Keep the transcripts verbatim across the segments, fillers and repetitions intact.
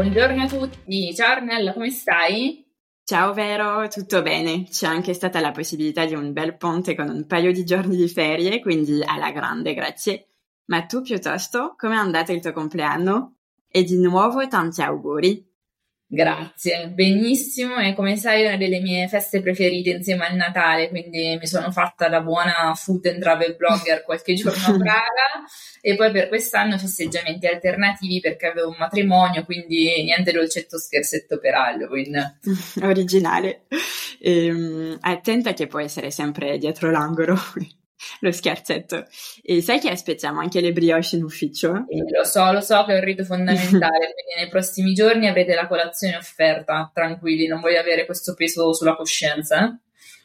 Buongiorno a tutti, ciao Ornella, come stai? Ciao Vero, tutto bene? C'è anche stata la possibilità di un bel ponte con un paio di giorni di ferie, quindi alla grande, grazie. Ma tu piuttosto, come è andato il tuo compleanno? E di nuovo tanti auguri. Grazie, benissimo, e come sai è una delle mie feste preferite insieme al Natale, quindi mi sono fatta la buona food and travel blogger qualche giorno a Praga e poi per quest'anno festeggiamenti alternativi perché avevo un matrimonio, quindi niente dolcetto scherzetto per Halloween. Originale. Ehm, attenta che può essere sempre dietro l'angolo. Lo scherzetto. E sai che aspettiamo anche le brioche in ufficio? E lo so, lo so che è un rito fondamentale, quindi nei prossimi giorni avrete la colazione offerta, tranquilli, non voglio avere questo peso sulla coscienza.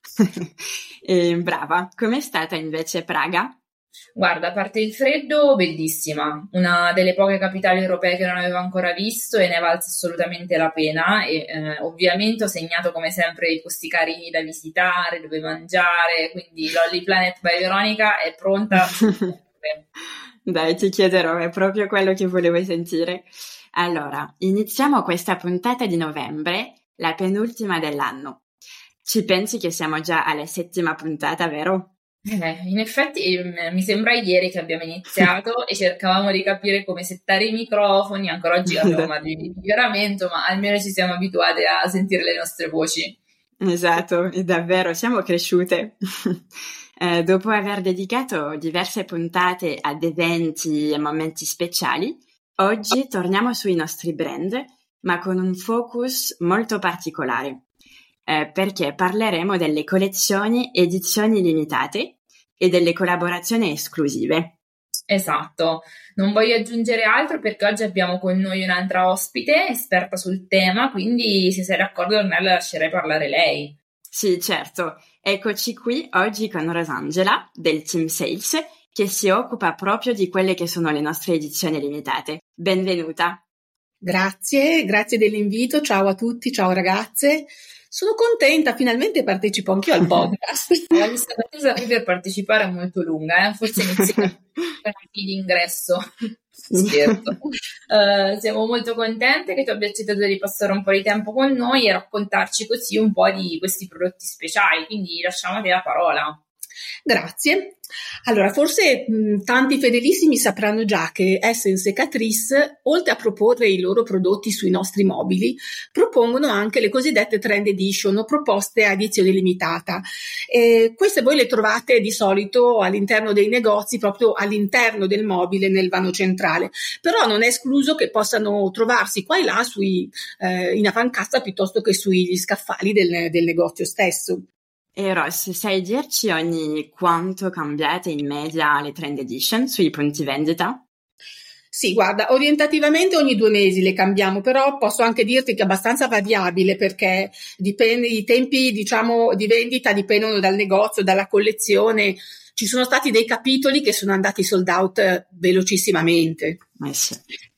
Eh? E, brava, com'è stata invece Praga? Guarda, a parte il freddo, bellissima, una delle poche capitali europee che non avevo ancora visto e ne valse assolutamente la pena e eh, ovviamente ho segnato come sempre i posti carini da visitare, dove mangiare, quindi Lolly Planet by Veronica è pronta. Dai, ti chiederò, è proprio quello che volevo sentire. Allora, iniziamo questa puntata di novembre, la penultima dell'anno. Ci pensi che siamo già alla settima puntata, vero? Eh, in effetti eh, mi sembra ieri che abbiamo iniziato e cercavamo di capire come settare i microfoni, ancora oggi abbiamo margini di miglioramento, ma almeno ci siamo abituate a sentire le nostre voci. Esatto, e davvero siamo cresciute. eh, dopo aver dedicato diverse puntate ad eventi e momenti speciali, oggi torniamo sui nostri brand, ma con un focus molto particolare, eh, perché parleremo delle collezioni edizioni limitate e delle collaborazioni esclusive. Esatto, non voglio aggiungere altro perché oggi abbiamo con noi un'altra ospite esperta sul tema, quindi se sei d'accordo Ornella lascerei parlare lei. Sì, certo. Eccoci qui oggi con Rosangela del Team Sales che si occupa proprio di quelle che sono le nostre edizioni limitate. Benvenuta. Grazie, grazie dell'invito, ciao a tutti, ciao ragazze. Sono contenta, finalmente partecipo anch'io al podcast. La lista d'attesa per partecipare è molto lunga, eh? Forse iniziamo con l'ingresso. Scherzo. Uh, siamo molto contente che tu abbia accettato di passare un po' di tempo con noi e raccontarci così un po' di questi prodotti speciali, quindi lasciamo a te la parola. Grazie. Allora, forse mh, tanti fedelissimi sapranno già che Essence e Catrice, oltre a proporre i loro prodotti sui nostri mobili, propongono anche le cosiddette Trend Edition o proposte a edizione limitata. E queste voi le trovate di solito all'interno dei negozi, proprio all'interno del mobile, nel vano centrale. Però non è escluso che possano trovarsi qua e là sui, eh, in avancassa piuttosto che sugli scaffali del, del negozio stesso. E Ross, sai dirci ogni quanto cambiate in media le Trend Edition sui punti vendita? Sì, guarda, orientativamente ogni due mesi le cambiamo, però posso anche dirti che è abbastanza variabile perché dipende, i tempi, diciamo, di vendita dipendono dal negozio, dalla collezione. Ci sono stati dei capitoli che sono andati sold out velocissimamente. Eh sì.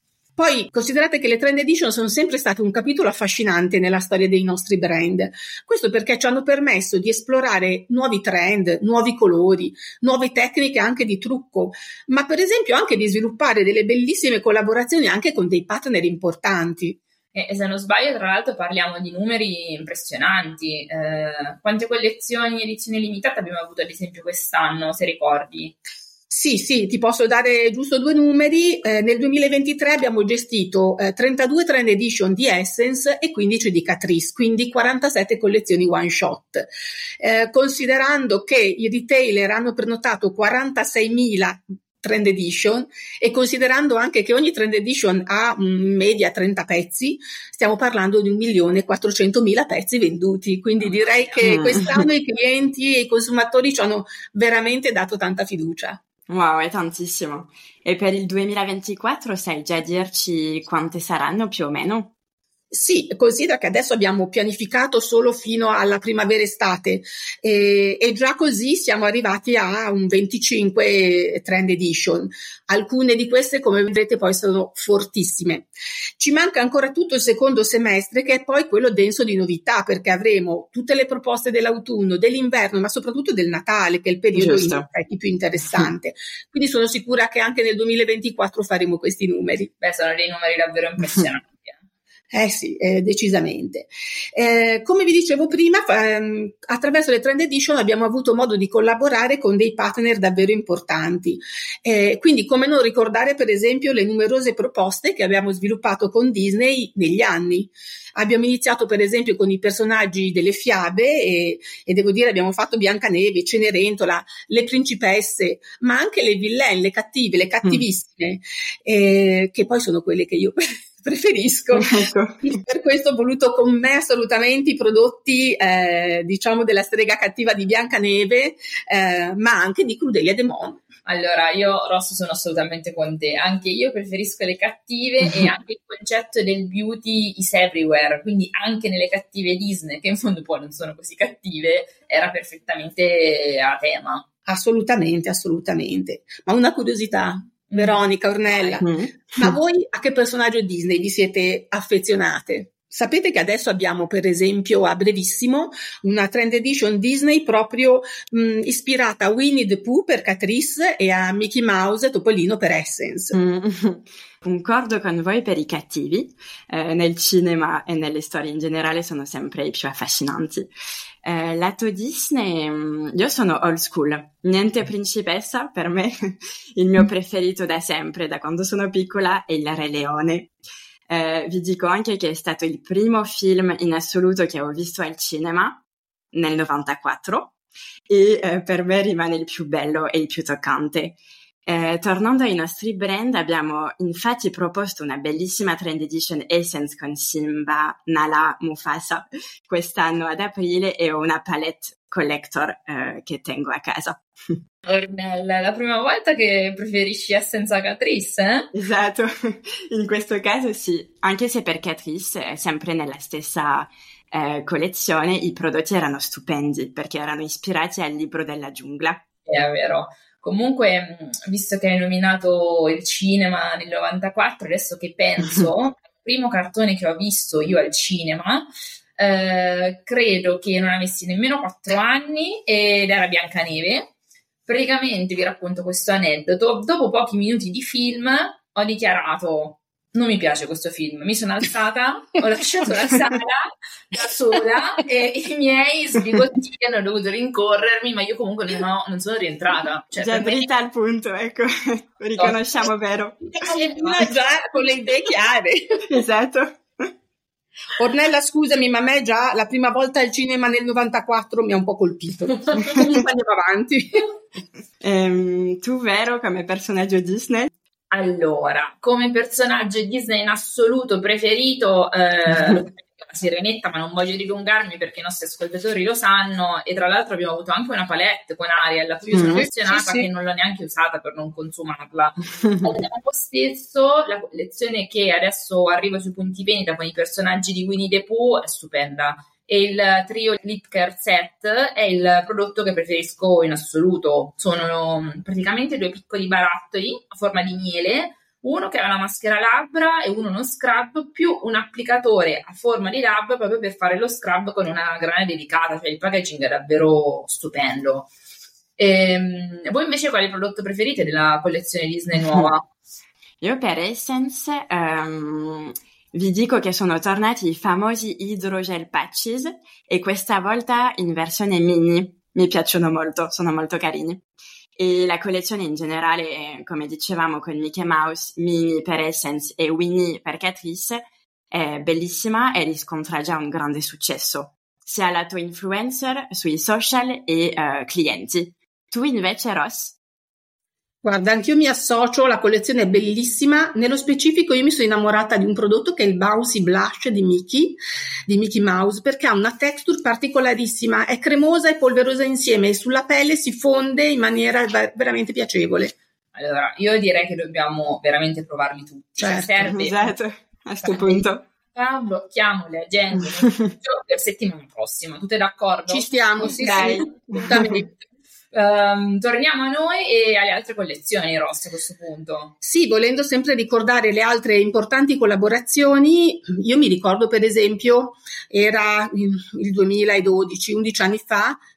Poi considerate che le Trend Edition sono sempre state un capitolo affascinante nella storia dei nostri brand. Questo perché ci hanno permesso di esplorare nuovi trend, nuovi colori, nuove tecniche anche di trucco, ma per esempio anche di sviluppare delle bellissime collaborazioni anche con dei partner importanti. E se non sbaglio, tra l'altro parliamo di numeri impressionanti. Eh, quante collezioni edizione limitata abbiamo avuto ad esempio quest'anno, se ricordi? Sì, sì, ti posso dare giusto due numeri. Eh, nel duemilaventitré abbiamo gestito eh, trentadue Trend Edition di Essence e quindici di Catrice, quindi quarantasette collezioni one shot. Eh, considerando che i retailer hanno prenotato quarantaseimila Trend Edition e considerando anche che ogni Trend Edition ha in media trenta pezzi, stiamo parlando di un milione e quattrocentomila pezzi venduti, quindi direi che quest'anno i clienti e i consumatori ci hanno veramente dato tanta fiducia. Wow, è tantissimo. E per il duemilaventiquattro sai già dirci quante saranno più o meno? Sì, considera che adesso abbiamo pianificato solo fino alla primavera-estate e, e già così siamo arrivati a un venticinque Trend Edition. Alcune di queste, come vedrete, poi sono fortissime. Ci manca ancora tutto il secondo semestre, che è poi quello denso di novità, perché avremo tutte le proposte dell'autunno, dell'inverno, ma soprattutto del Natale, che è il periodo in effetti più interessante. Quindi sono sicura che anche nel duemilaventiquattro faremo questi numeri. Beh, sono dei numeri davvero impressionanti. Eh sì, eh, decisamente. Eh, come vi dicevo prima, ehm, attraverso le Trend Edition abbiamo avuto modo di collaborare con dei partner davvero importanti. Eh, quindi come non ricordare per esempio le numerose proposte che abbiamo sviluppato con Disney negli anni. Abbiamo iniziato per esempio con i personaggi delle fiabe e, e devo dire abbiamo fatto Biancaneve, Cenerentola, le principesse, ma anche le villaine, le cattive, le cattivissime, mm. eh, che poi sono quelle che io preferisco. Ecco. Per questo ho voluto con me assolutamente i prodotti eh, diciamo della strega cattiva di Biancaneve, eh, ma anche di Crudelia de Mon. Allora, io Rosso sono assolutamente con te, anche io preferisco le cattive e anche il concetto del beauty is everywhere, quindi anche nelle cattive Disney, che in fondo poi non sono così cattive, era perfettamente a tema. Assolutamente, assolutamente. Ma una curiosità, Veronica, Ornella, mm. ma voi a che personaggio Disney vi siete affezionate? Sapete che adesso abbiamo per esempio a brevissimo una Trend Edition Disney proprio mh, ispirata a Winnie the Pooh per Catrice e a Mickey Mouse e Topolino per Essence. Mm. Concordo con voi per i cattivi, eh, nel cinema e nelle storie in generale sono sempre i più affascinanti. Eh, lato Disney, io sono old school, niente principessa, per me il mio preferito da sempre, da quando sono piccola, è il Re Leone. Eh, vi dico anche che è stato il primo film in assoluto che ho visto al cinema nel novantaquattro e eh, per me rimane il più bello e il più toccante. Eh, tornando ai nostri brand, abbiamo infatti proposto una bellissima Trend Edition Essence con Simba, Nala, Mufasa quest'anno ad aprile e ho una palette collector eh, che tengo a casa. Ornella, la prima volta che preferisci Essence a Catrice, eh? Esatto, in questo caso sì, anche se per Catrice è sempre nella stessa eh, collezione i prodotti erano stupendi perché erano ispirati al libro della giungla. È vero. Comunque, visto che hai nominato il cinema nel novantaquattro, adesso che penso, il primo cartone che ho visto io al cinema, eh, credo che non avessi nemmeno quattro anni ed era Biancaneve. Praticamente vi racconto questo aneddoto. Dopo pochi minuti di film ho dichiarato: non mi piace questo film, mi sono alzata, ho lasciato la sala da sola e i miei sbigottini hanno dovuto rincorrermi, ma io comunque non, ho, non sono rientrata. Cioè, già dritta me... al punto, ecco, lo riconosciamo, no. Vero? Già con le idee chiare. Esatto. Ornella, scusami, ma a me già la prima volta al cinema nel novantaquattro mi ha un po' colpito. Comunque andiamo avanti. ehm, tu, Vero, come personaggio Disney? Allora, come personaggio Disney in assoluto preferito, eh, la Sirenetta, ma non voglio dilungarmi perché i nostri ascoltatori lo sanno, e tra l'altro abbiamo avuto anche una palette con Ariel, a cui io sono affezionata, sì, sì. che non l'ho neanche usata per non consumarla. Al tempo stesso, la collezione che adesso arriva sui punti vendita con i personaggi di Winnie the Pooh è stupenda. E il trio Lip Care Set è il prodotto che preferisco in assoluto. Sono praticamente due piccoli barattoli a forma di miele, uno che ha una maschera labbra e uno uno scrub, più un applicatore a forma di labbra proprio per fare lo scrub con una grana dedicata, cioè il packaging è davvero stupendo. E, voi invece quale prodotto preferite della collezione Disney nuova? Io per Essence... Um... vi dico che sono tornati i famosi Hydrogel Patches e questa volta in versione mini. Mi piacciono molto, sono molto carini. E la collezione in generale, come dicevamo con Mickey Mouse, Minnie per Essence e Winnie per Catrice, è bellissima e riscontra già un grande successo, sia lato influencer, sui social e uh, clienti. Tu invece, Ross? Guarda, anch'io mi associo, la collezione è bellissima. Nello specifico io mi sono innamorata di un prodotto che è il Bouncy Blush di Mickey, di Mickey Mouse, perché ha una texture particolarissima, è cremosa e polverosa insieme e sulla pelle si fonde in maniera veramente piacevole. Allora, io direi che dobbiamo veramente provarli tutti. Certo, serve esatto, a questo punto. Blocchiamo le agende per settimana prossima, tutte d'accordo? Ci stiamo, sì, dai. Sì, Um, torniamo a noi e alle altre collezioni, Ross, a questo punto. Sì, volendo sempre ricordare le altre importanti collaborazioni, io mi ricordo per esempio, era il duemiladodici, undici anni fa,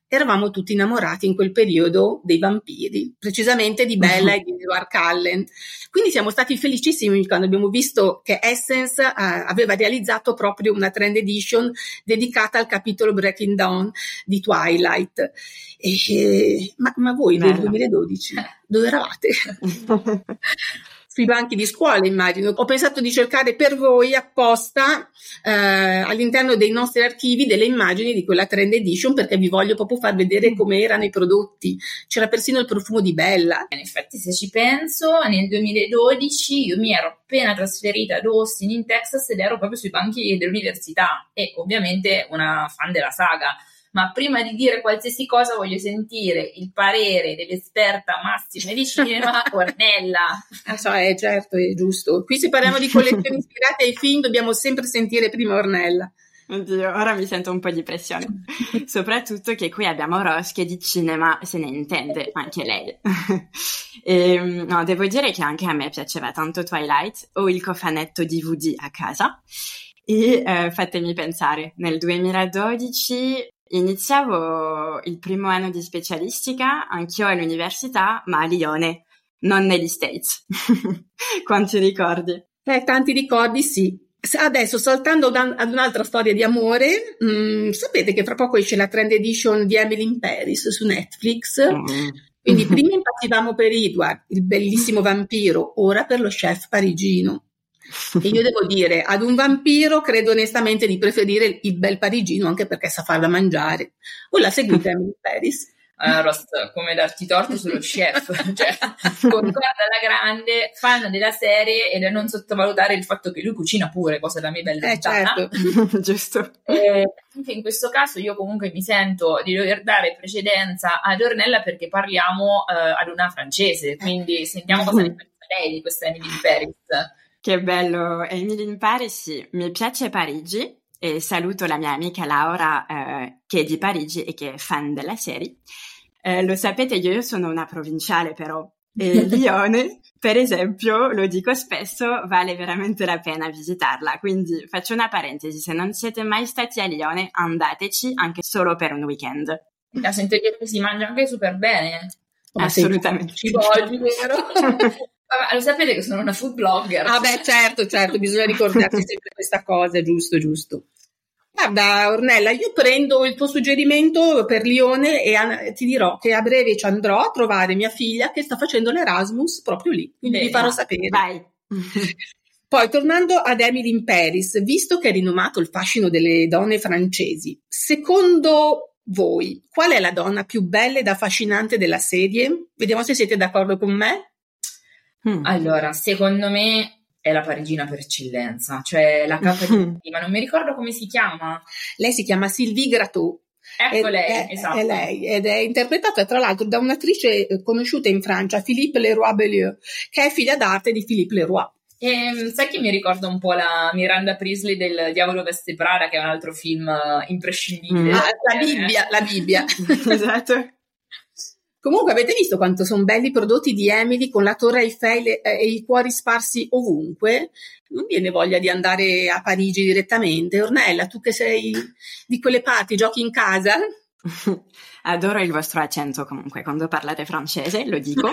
eravamo tutti innamorati in quel periodo dei vampiri, precisamente di Bella e di Edward Cullen. Quindi siamo stati felicissimi quando abbiamo visto che Essence uh, aveva realizzato proprio una trend edition dedicata al capitolo Breaking Dawn di Twilight. E, e, ma, ma voi nel duemiladodici dove eravate? Sui banchi di scuola, immagino. Ho pensato di cercare per voi apposta eh, all'interno dei nostri archivi delle immagini di quella trend edition, perché vi voglio proprio far vedere come erano i prodotti. C'era persino il profumo di Bella. In effetti, se ci penso, nel duemiladodici io mi ero appena trasferita ad Austin in Texas ed ero proprio sui banchi dell'università e ovviamente una fan della saga. Ma prima di dire qualsiasi cosa voglio sentire il parere dell'esperta massima di cinema, Ornella. Ah, so, eh, certo, è giusto. Qui se parliamo di collezioni ispirate ai film dobbiamo sempre sentire prima Ornella. Oddio, ora mi sento un po' di pressione. Soprattutto che qui abbiamo Ros che di cinema se ne intende, anche lei. E, no, devo dire che anche a me piaceva tanto Twilight, ho il cofanetto D V D a casa e eh, fatemi pensare, nel duemiladodici iniziavo il primo anno di specialistica, anch'io all'università, ma a Lione, non negli States. Quanti ricordi? Eh, tanti ricordi, sì. Adesso, saltando ad un'altra storia di amore, mh, sapete che fra poco esce la trend edition di Emily in Paris su Netflix. Mm. Quindi prima impazzivamo per Edward, il bellissimo vampiro, ora per lo chef parigino. E io devo dire, ad un vampiro credo onestamente di preferire il bel parigino, anche perché sa far da mangiare. O la seguita Emily Paris? Uh, Rost, come darti torto sullo chef, cioè concorda alla grande, fan della serie e da non sottovalutare il fatto che lui cucina pure, cosa da me bella eh, certo. Giusto. E anche in questo caso io comunque mi sento di dover dare precedenza ad Ornella perché parliamo uh, ad una francese, quindi sentiamo cosa ne pensa lei di questa Emily in Paris. Che bello, Emily in Paris, sì, mi piace Parigi e saluto la mia amica Laura eh, che è di Parigi e che è fan della serie. Eh, lo sapete, io sono una provinciale però, e Lione, per esempio, lo dico spesso, vale veramente la pena visitarla, quindi faccio una parentesi, se non siete mai stati a Lione, andateci anche solo per un weekend. La sento dire che si mangia anche super bene. Assolutamente. Ci voglio, vero? Vabbè, lo sapete che sono una food blogger. Ah beh, certo, certo, bisogna ricordarsi sempre questa cosa, giusto, giusto. Guarda, Ornella, io prendo il tuo suggerimento per Lione e an- ti dirò che a breve ci andrò a trovare mia figlia che sta facendo l'Erasmus proprio lì, quindi Bene, vi farò sapere. Vai. Poi, tornando ad Emily in Paris, visto che è rinomato il fascino delle donne francesi, secondo voi, qual è la donna più bella ed affascinante della serie? Vediamo se siete d'accordo con me. Hmm. Allora, secondo me è la parigina per eccellenza, cioè la capa di ma non mi ricordo come si chiama. Lei si chiama Sylvie Gratton. Ecco è, lei, è, esatto. È lei, ed è interpretata tra l'altro da un'attrice conosciuta in Francia, Philippe Leroy-Beaulieu, che è figlia d'arte di Philippe Leroy. E, sai che mi ricorda un po' la Miranda Priestley del Diavolo Veste Prada, che è un altro film imprescindibile. Mm. Ah, la Bibbia, la Bibbia. Esatto. Comunque avete visto quanto sono belli i prodotti di Emily con la Torre Eiffel e, e i cuori sparsi ovunque? Non viene voglia di andare a Parigi direttamente? Ornella, tu che sei di quelle parti, giochi in casa? Adoro il vostro accento comunque quando parlate francese, lo dico,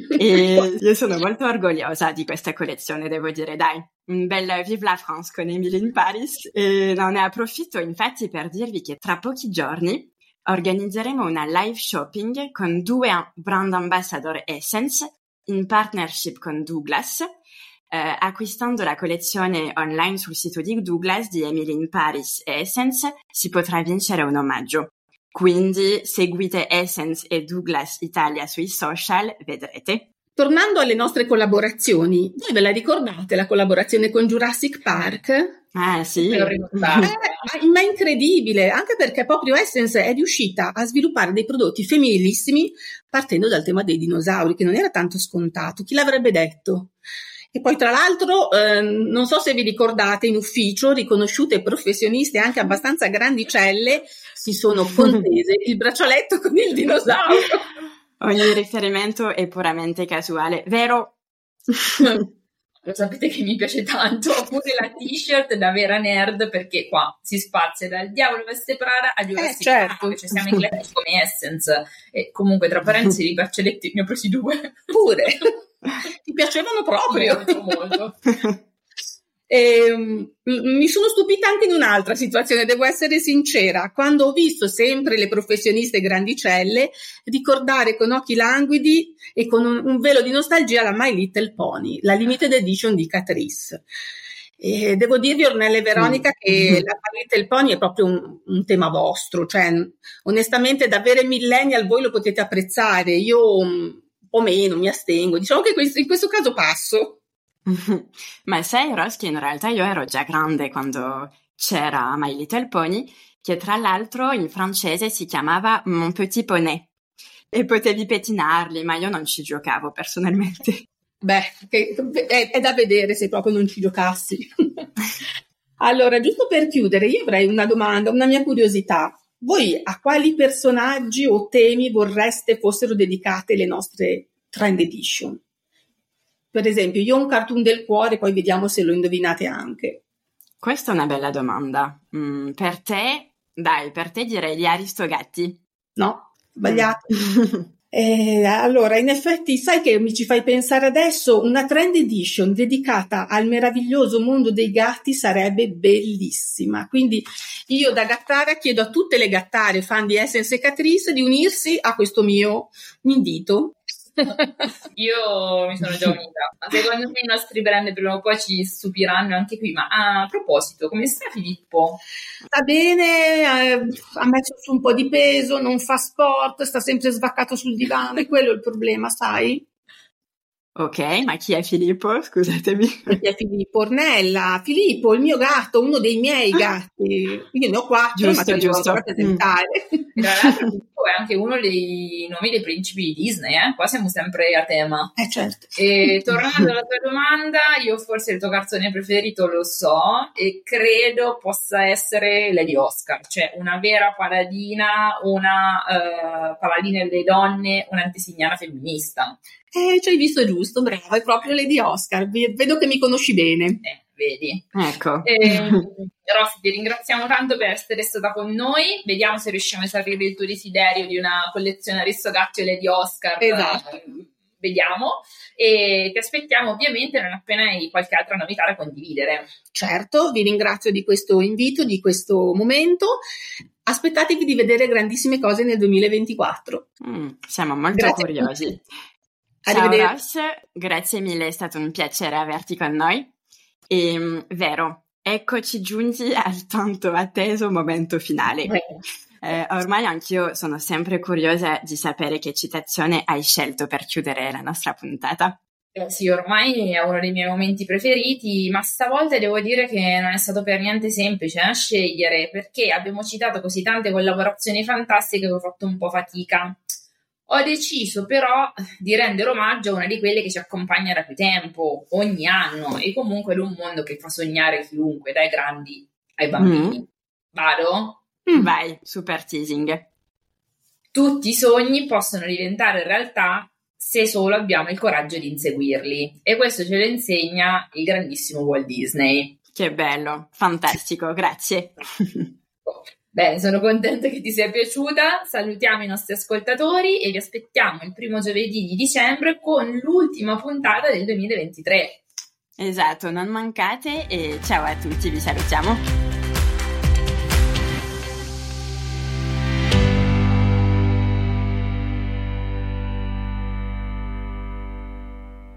e io sono molto orgogliosa di questa collezione, devo dire, dai, un bel Vive la France con Emily in Paris, e no, ne approfitto infatti per dirvi che tra pochi giorni organizzeremo una live shopping con due brand ambassador Essence in partnership con Douglas, eh, acquistando la collezione online sul sito di Douglas di Emily in Paris e Essence si potrà vincere un omaggio. Quindi seguite Essence e Douglas Italia sui social, vedrete. Tornando alle nostre collaborazioni, voi ve la ricordate la collaborazione con Jurassic Park? Ah sì, eh, ma è incredibile, anche perché proprio Essence è riuscita a sviluppare dei prodotti femminilissimi partendo dal tema dei dinosauri, che non era tanto scontato, chi l'avrebbe detto? E poi tra l'altro, eh, non so se vi ricordate, in ufficio riconosciute professioniste anche abbastanza grandicelle si sono contese il braccialetto con il dinosauro. Ogni riferimento è puramente casuale, vero? lo sapete che mi piace tanto, oppure la t-shirt da vera nerd, perché qua si spazia dal Diavolo Veste Prada a Jurassic eh, certo. Park, cioè siamo eclettici come Essence, e comunque tra parentesi i braccialetti ne ho presi due. Pure, ti piacevano proprio? Molto, molto. E, mi sono stupita anche in un'altra situazione, devo essere sincera, quando ho visto sempre le professioniste grandicelle ricordare con occhi languidi e con un, un velo di nostalgia la My Little Pony, la limited edition di Catrice. E devo dirvi, Ornella e Veronica, mm. che la My Little Pony è proprio un, un tema vostro, cioè onestamente da vere millennial voi lo potete apprezzare, io un po' meno, mi astengo, diciamo che in questo caso passo. Ma sai, Ros, che in realtà io ero già grande quando c'era My Little Pony, che tra l'altro in francese si chiamava Mon Petit Poney, e potevi pettinarli, ma io non ci giocavo personalmente. Beh, che, è, è da vedere se proprio non ci giocassi. Allora, giusto per chiudere, io avrei una domanda, una mia curiosità. Voi a quali personaggi o temi vorreste fossero dedicate le nostre Trend Edition? Per esempio, io ho un cartoon del cuore, poi vediamo se lo indovinate anche. Questa è una bella domanda. Mm, per te, dai, per te direi gli Aristogatti. No, sbagliato. Mm. eh, allora, in effetti, sai che mi ci fai pensare adesso? Una Trend Edition dedicata al meraviglioso mondo dei gatti sarebbe bellissima. Quindi io da gattara chiedo a tutte le gattare fan di Essence e Catrice di unirsi a questo mio invito. Io mi sono già unita, ma secondo me i nostri brand prima o poi ci stupiranno anche qui. Ma a proposito, come sta Filippo? Sta bene, eh, ha messo su un po' di peso, non fa sport, sta sempre svaccato sul divano, e quello è il problema, sai? Ok, ma chi è Filippo? Scusatemi. Chi è Filippo? Ornella, Filippo, il mio gatto, uno dei miei gatti. Io ne ho quattro, giusto, ma te li devo rappresentare. Mm. Tra l'altro Filippo è anche uno dei nomi dei principi di Disney, eh? Qua siamo sempre a tema. Eh certo. E tornando alla tua domanda, io forse il tuo cartone preferito lo so e credo possa essere Lady Oscar, cioè una vera paladina, una uh, paladina delle donne, un'antesignana femminista. Eh, ci hai visto giusto, brava, è proprio Lady Oscar, vedo che mi conosci bene. Eh, vedi. Ecco. Eh, Rossi, ti ringraziamo tanto per essere stata con noi, vediamo se riusciamo a esaurire il tuo desiderio di una collezione Aristogatti e Lady Oscar. Esatto. Eh, vediamo, e ti aspettiamo ovviamente non appena hai qualche altra novità da condividere. Certo, vi ringrazio di questo invito, di questo momento. Aspettatevi di vedere grandissime cose nel duemilaventiquattro. Mm, siamo molto Grazie curiosi. Ciao Ross, grazie mille, è stato un piacere averti con noi. E, vero, eccoci giunti al tanto atteso momento finale. Eh, ormai anch'io sono sempre curiosa di sapere che citazione hai scelto per chiudere la nostra puntata. Eh sì, ormai è uno dei miei momenti preferiti, ma stavolta devo dire che non è stato per niente semplice a scegliere, perché abbiamo citato così tante collaborazioni fantastiche che ho fatto un po' fatica. Ho deciso però di rendere omaggio a una di quelle che ci accompagna da più tempo, ogni anno, e comunque è un mondo che fa sognare chiunque, dai grandi ai bambini. Mm. Vado? Mm. Vai, super teasing. Tutti i sogni possono diventare realtà se solo abbiamo il coraggio di inseguirli, e questo ce lo insegna il grandissimo Walt Disney. Che bello, fantastico, grazie. Bene, sono contenta che ti sia piaciuta. Salutiamo i nostri ascoltatori e vi aspettiamo il primo giovedì di dicembre con l'ultima puntata del duemilaventitré. Esatto, non mancate e ciao a tutti, vi salutiamo.